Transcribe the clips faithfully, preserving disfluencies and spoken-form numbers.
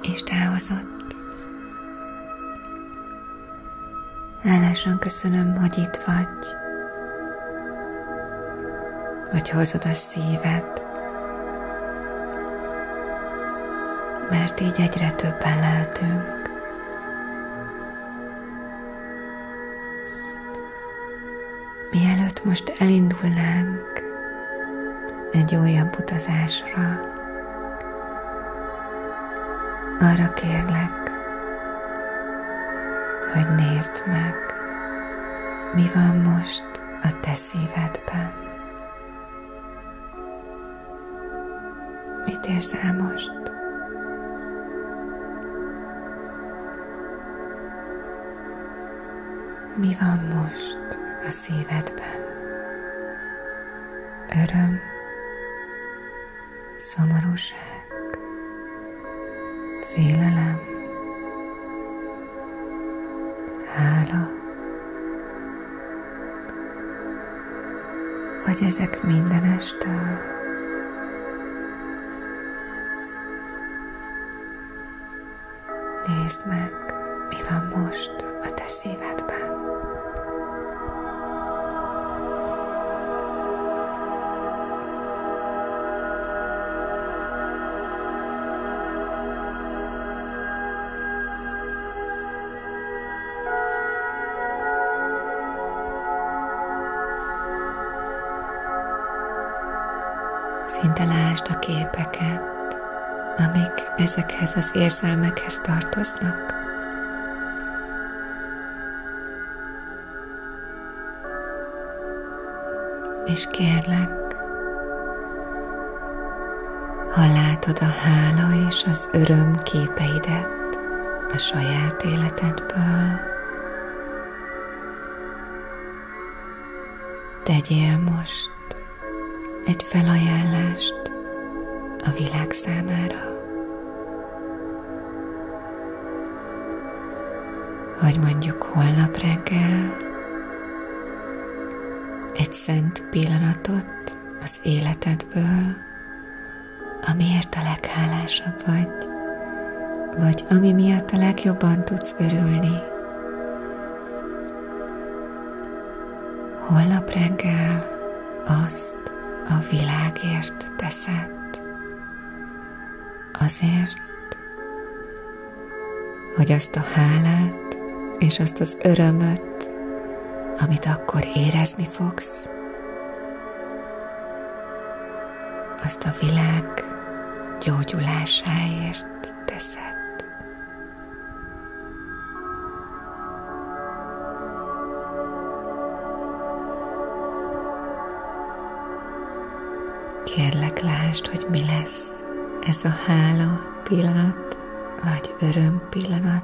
Istáhozott. Hálásan köszönöm, hogy itt vagy, hogy hozod a szíved, mert így egyre többen lehetünk. Mielőtt most elindulnánk egy újabb utazásra, arra kérlek, hogy nézd meg, mi van most a te szívedben. Mit érzel most? Mi van most a szívedben? Öröm, szomorúság, félelem, hála, vagy ezek mindenestől? Nézd meg, mi van most a te szívedben. Szinte lásd a képeket, amik ezekhez az érzelmekhez tartoznak. És kérlek, ha látod a hála és az öröm képeidet a saját életedből, tegyél most egy felajánlást a világ számára, hogy mondjuk holnap reggel egy szent pillanatot az életedből, amiért a leghálásabb vagy, vagy ami miatt a legjobban tudsz örülni. Holnap reggel azt a világért teszed, azért, hogy azt a hálát és azt az örömöt, amit akkor érezni fogsz, azt a világ gyógyulásáért teszed. Kérlek, lásd, hogy mi lesz ez a hála pillanat, vagy öröm pillanat.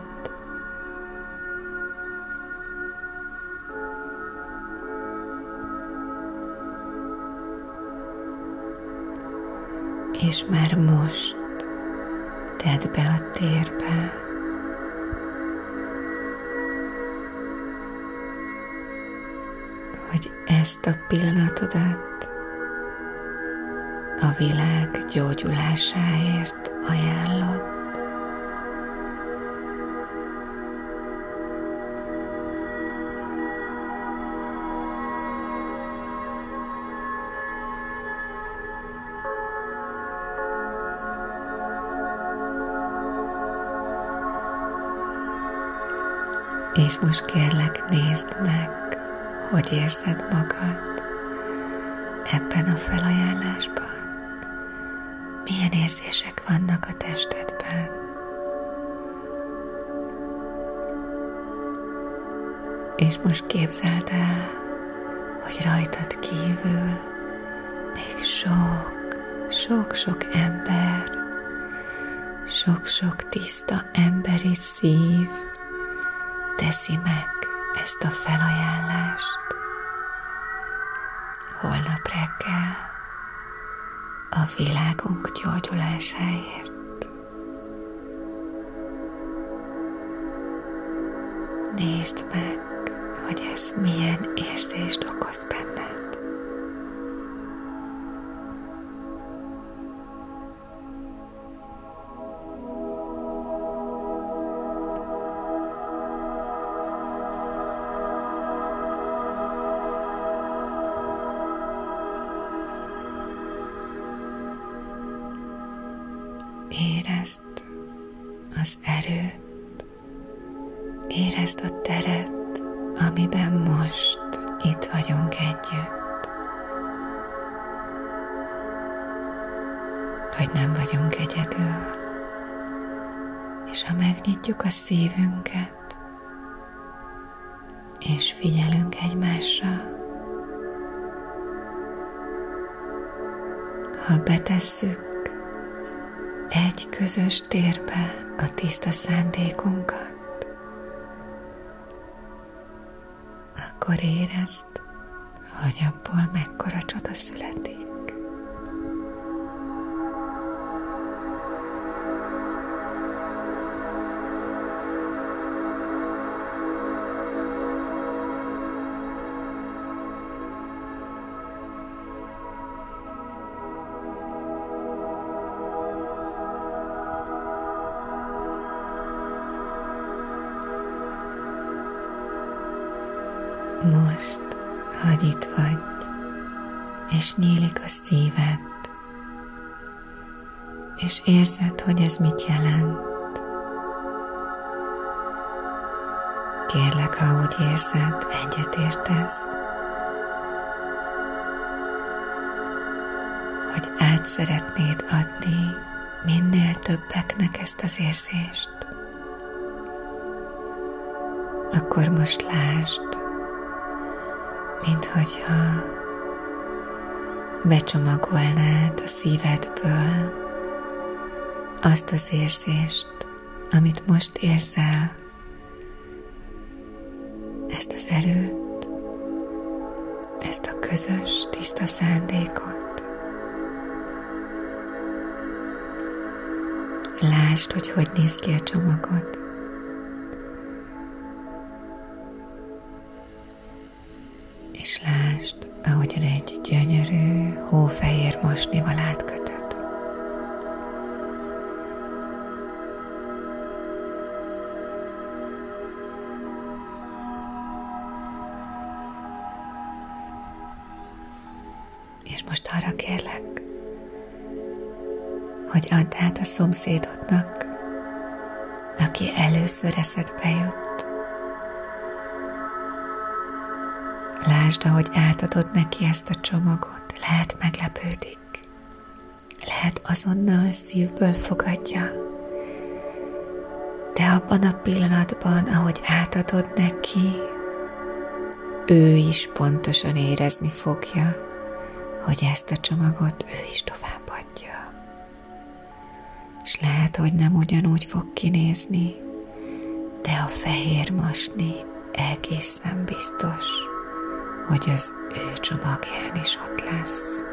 És már most tedd be a térbe, hogy ezt a pillanatodat a világ gyógyulásáért ajánlod. És most kérlek, nézd meg, hogy érzed magad ebben a felajánlásban. Milyen érzések vannak a testedben? És most képzeld el, hogy rajtad kívül még sok, sok-sok ember, sok-sok tiszta emberi szív teszi meg ezt a felajánlást. Holnap reggel a világunk gyógyulásáért. Nézd meg, hogy ez milyen érzést okoz benned. érezd az erőt, érezd a teret, amiben most itt vagyunk együtt, hogy nem vagyunk egyedül, és ha megnyitjuk a szívünket, és figyelünk egymásra, ha betesszük egy közös térbe a tiszta szándékunkat, akkor érezd, hogy abból mekkora csoda születik. Most, hogy itt vagy, és nyílik a szíved, és érzed, hogy ez mit jelent. Kérlek, ha úgy érzed, egyetértesz, hogy át szeretnéd adni minél többeknek ezt az érzést, akkor most lásd, minthogyha becsomagolnád a szívedből azt az érzést, amit most érzel, ezt az erőt, ezt a közös, tiszta szándékot. Lásd, hogy hogy néz ki a csomagod. És lásd, ahogyan egy gyönyörű, hófehér mosnival átkötöd. És most arra kérlek, hogy add át a szomszédodnak, aki először eszedbe jut. Lásd, ahogy átadod neki ezt a csomagot, lehet meglepődik, lehet azonnal szívből fogadja, de abban a pillanatban, ahogy átadod neki, ő is pontosan érezni fogja, hogy ezt a csomagot ő is továbbadja. És lehet, hogy nem ugyanúgy fog kinézni, de a fehér mosni egészen biztos, hogy az ő csomagján is ott lesz.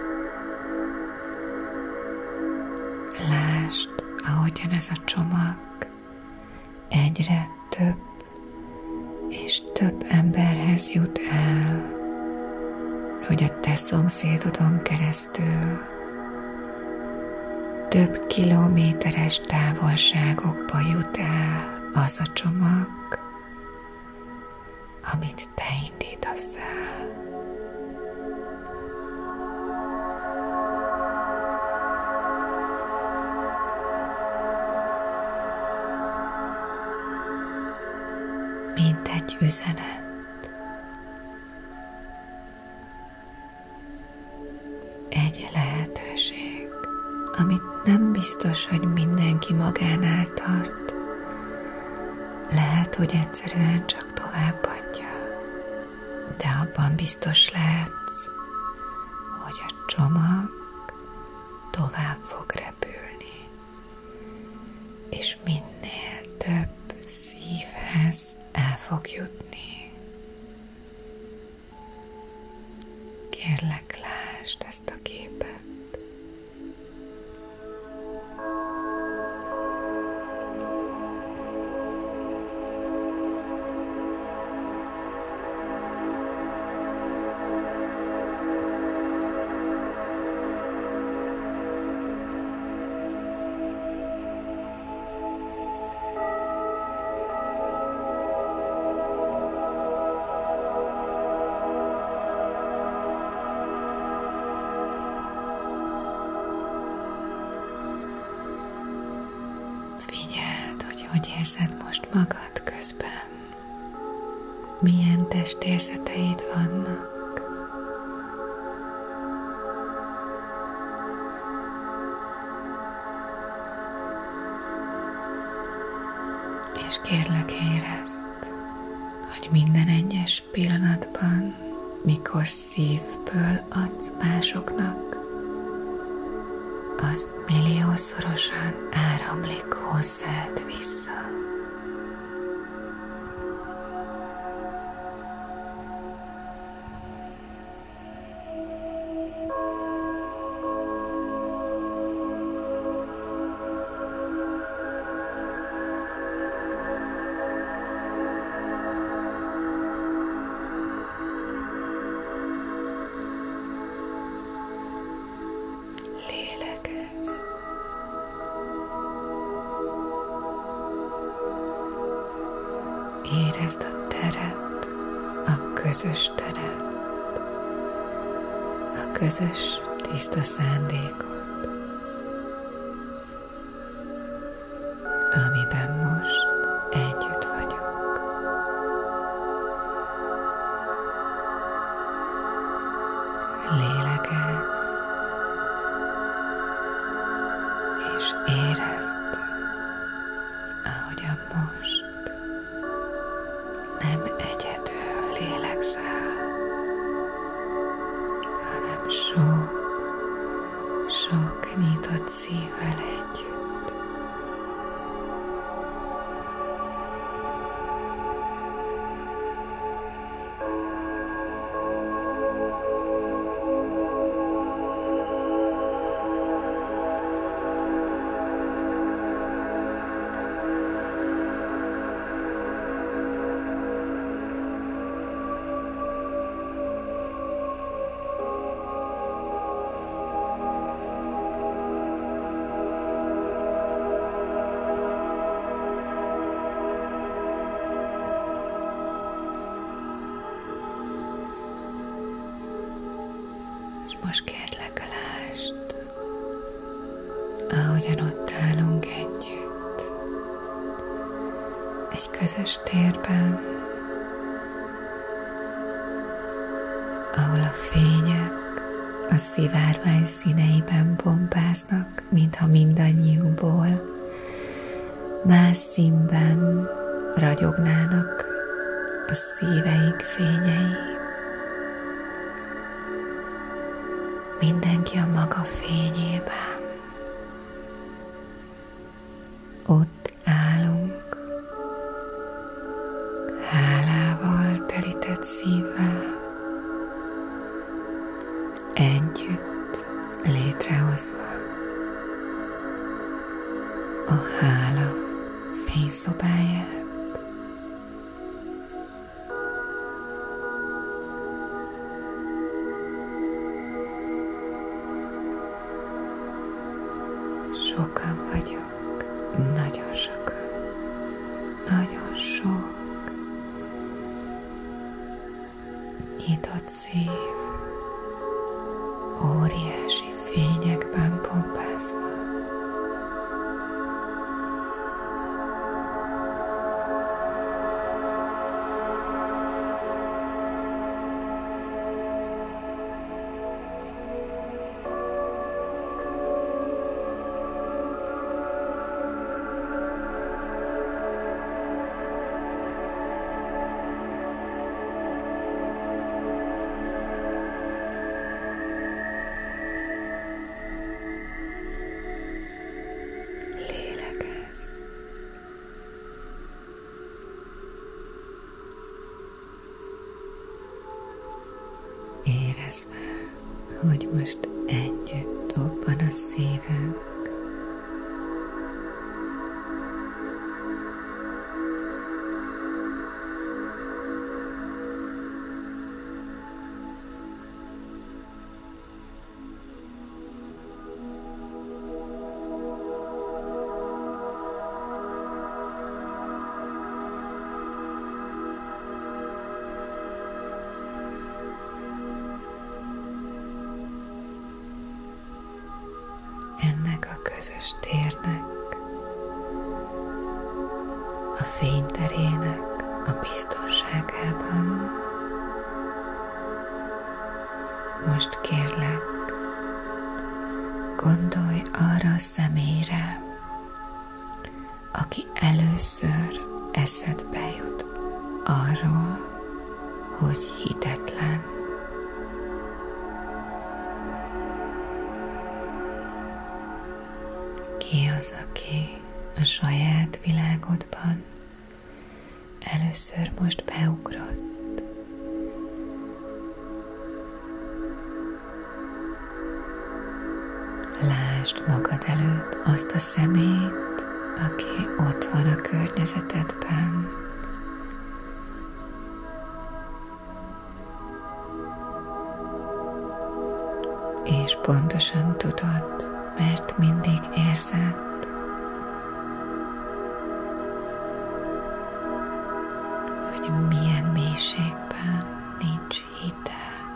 Lásd, ahogyan ez a csomag egyre több és több emberhez jut el, hogy a te szomszédodon keresztül több kilométeres távolságokba jut el az a csomag, amit te indítasz el. Mint egy üzenet. Egy lehetőség, amit nem biztos, hogy mindenki magánál tart. Lehet, hogy egyszerűen csak továbbadja, de abban biztos lehetsz, hogy a csomag tovább fog repülni, és minél több szívhez el fog jutni. Kérlek, lásd ezt a képet. hogy érzed most magad közben? Milyen testérzeteid vannak? És kérlek érezd, hogy minden egyes pillanatban, mikor szívből adsz másoknak, az milliószorosan áramlik hozzád vissza. Érezd a teret, a közös teret, a közös tiszta szándékot, amiben most együtt vagyunk. Lélegezz, és érezd, ahogyan most nem egyedül lélegzel, hanem sok, sok nyitott szívvel együtt. Most kérlek, lásd, ahogyan ott állunk együtt, egy közös térben, ahol a fények a szivárvány színeiben bombáznak, mintha mindannyiunkból más színben ragyognának a szíveink fényei. Mindenki a maga fényében. Ott állunk, hálával telített szívvel, együtt létrehozva a hála fényszobáját. Sokan vagyunk, nagyon sokan, nagyon sok nyitott szív, óriási fényekben bombázva. Érezve, hogy most együtt dobban a szívünk. Ennek a aki először eszedbe jut arról, hogy hitetlen. Ki az, aki a saját világodban először most beugrott? Lásd magad előtt azt a személyt, aki ott van a környezetedben. És pontosan tudod, mert mindig érzed, hogy milyen mélységben nincs hite.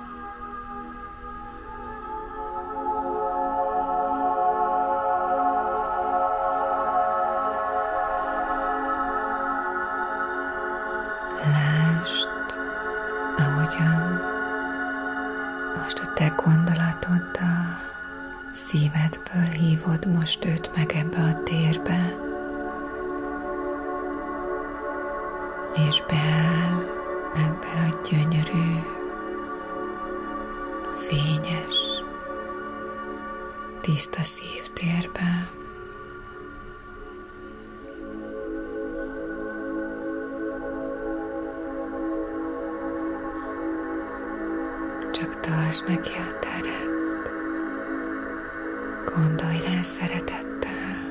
Lásd, ahogyan most a te gondolatoddal szívedből hívod most őt meg ebbe a térbe, és beáll ebbe a gyönyörű, fényes, tiszta szívtérbe. Csak tartsd neki a teret, gondolj rá szeretettel,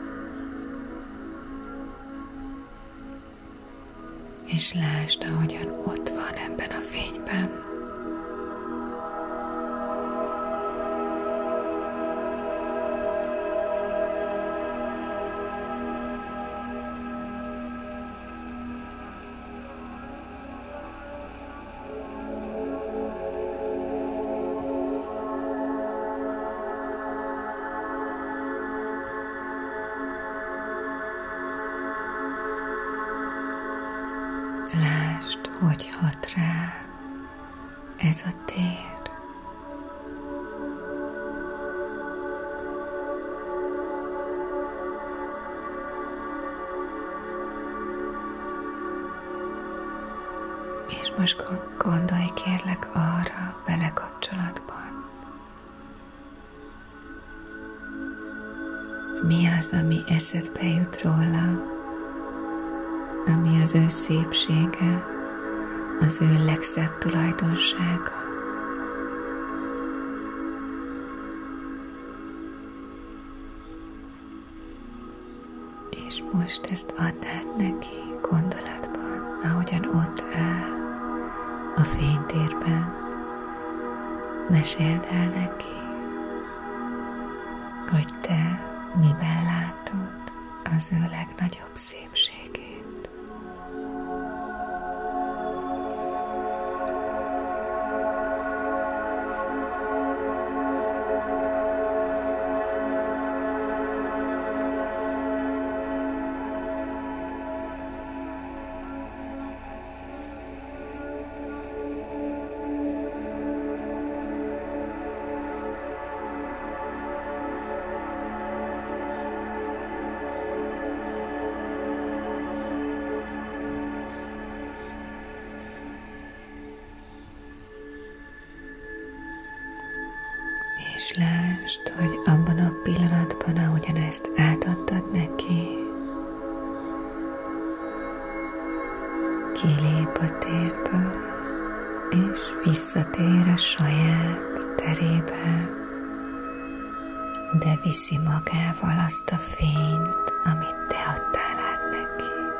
és lásd, ahogyan ott van ebben a fényben. Lásd, hogy hat rá ez a tér. És most gondolj kérlek arra vele kapcsolatban, mi az, ami eszedbe jut róla, ami az ő szépsége, az ő legszebb tulajdonsága. És most ezt add át neki gondolatban, ahogyan ott áll a fénytérben. Meséld el neki, hogy te miben látod az ő legnagyobb szépségét. És lásd, hogy abban a pillanatban, ahogyan ezt átadtad neki, kilép a térből, és visszatér a saját terébe, de viszi magával azt a fényt, amit te adtál át neki.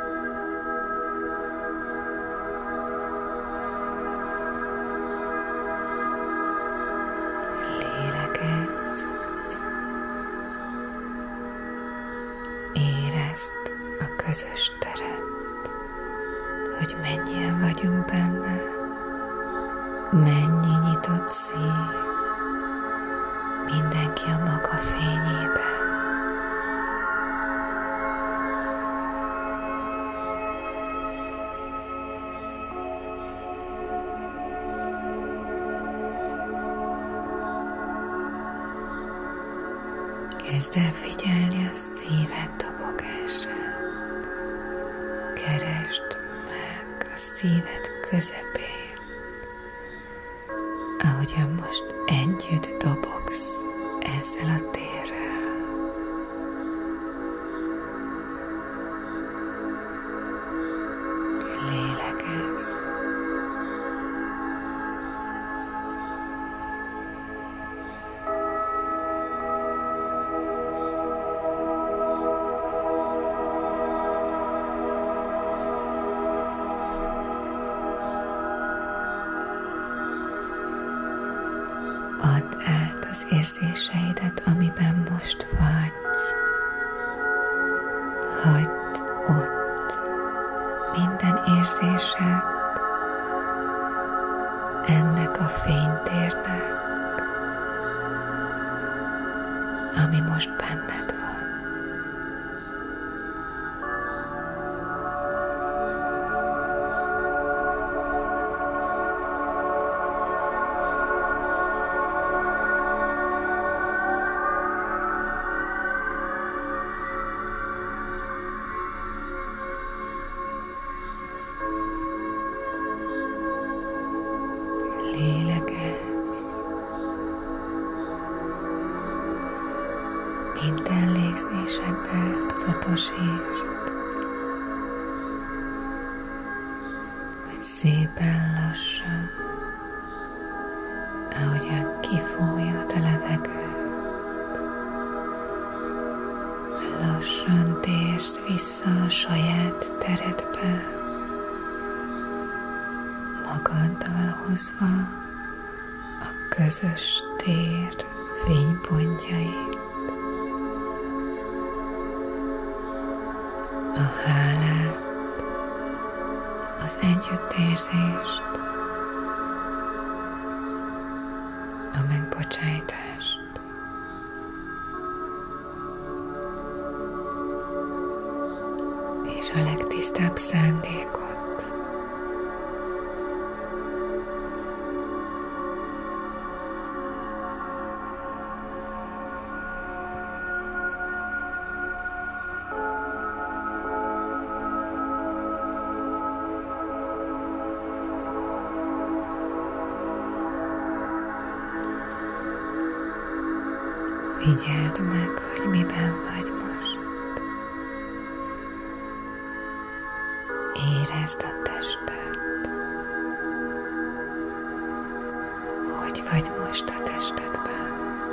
Érezd a közös teret, hogy mennyien vagyunk benne, mennyi nyitott szív, mindenki a maga fényében. Kezd el figyelni a szíved dobogását. szíved közepén, ahogyan most együtt dobogsz ezzel a térrel. Lélegezz. Add át az érzéseidet, amiben most vagy. Hagyd ott minden érzésed ennek a fénytérnek, ami most benned van. Lélegezz. Minden légzéseddel tudatosítsd, hogy szépen lassan, ahogyan kifújod a levegőt, lassan térsz vissza a saját teredbe, magaddal hozva a közös tér fénypontjait, a hálát, az együttérzést, a megbocsájtást. És a legtisztább szándékot. Figyeld meg, hogy miben vagy most. Érezd a tested. Hogy vagy most a testedben?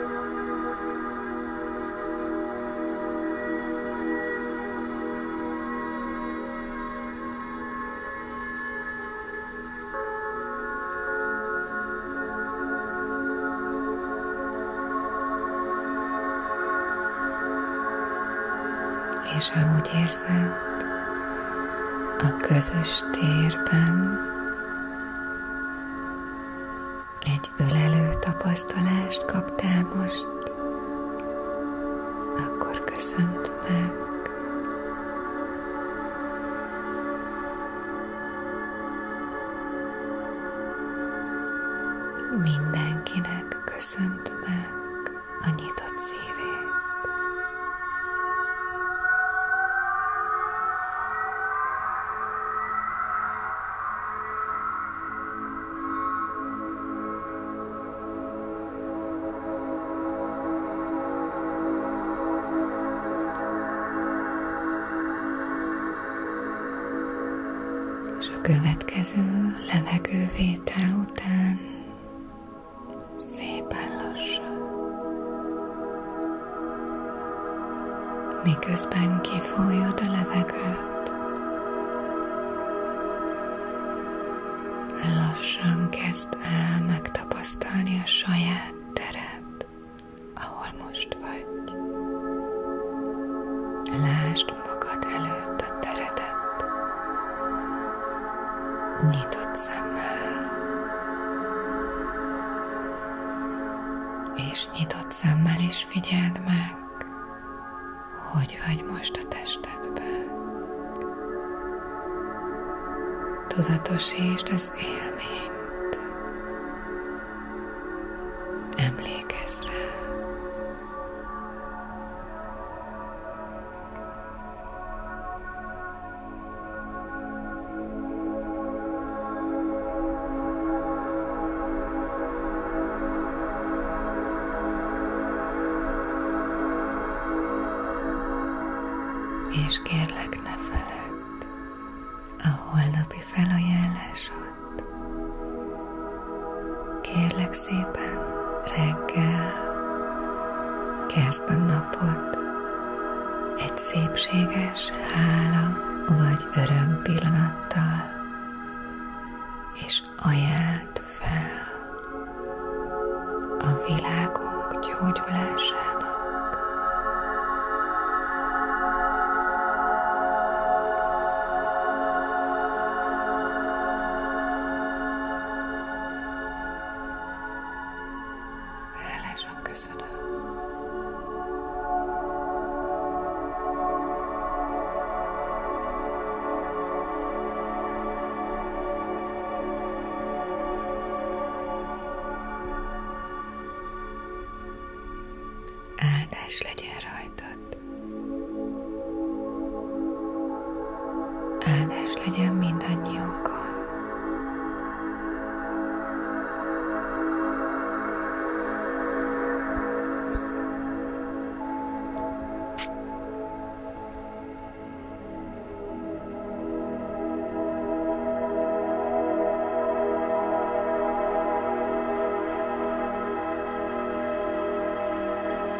És ahogy érzed, a közös térben egy ölelő tapasztalást kaptál most, akkor köszönd meg. Mindenkinek köszönd meg a nyitott szívét. És a következő levegővétel után szépen lassan, miközben kifújod a levegőt, lassan kezd el megtapasztalni a saját tered, ahol most vagy. Lásd magad előtt a teredet, nyitott szemmel, és nyitott szemmel is figyeld meg, hogy vagy most a testedben. Tudatosítsd az élményt, emlékezz rá. kérlek ne feledd a holnapi felajánlásod. Kérlek szépen reggel kezd a napot egy szépséges hála vagy öröm pillanattal, és ajánld fel a világunk gyógyulásának. Hálásan köszönöm. Áldás legyen rajtad. Áldás legyen minden.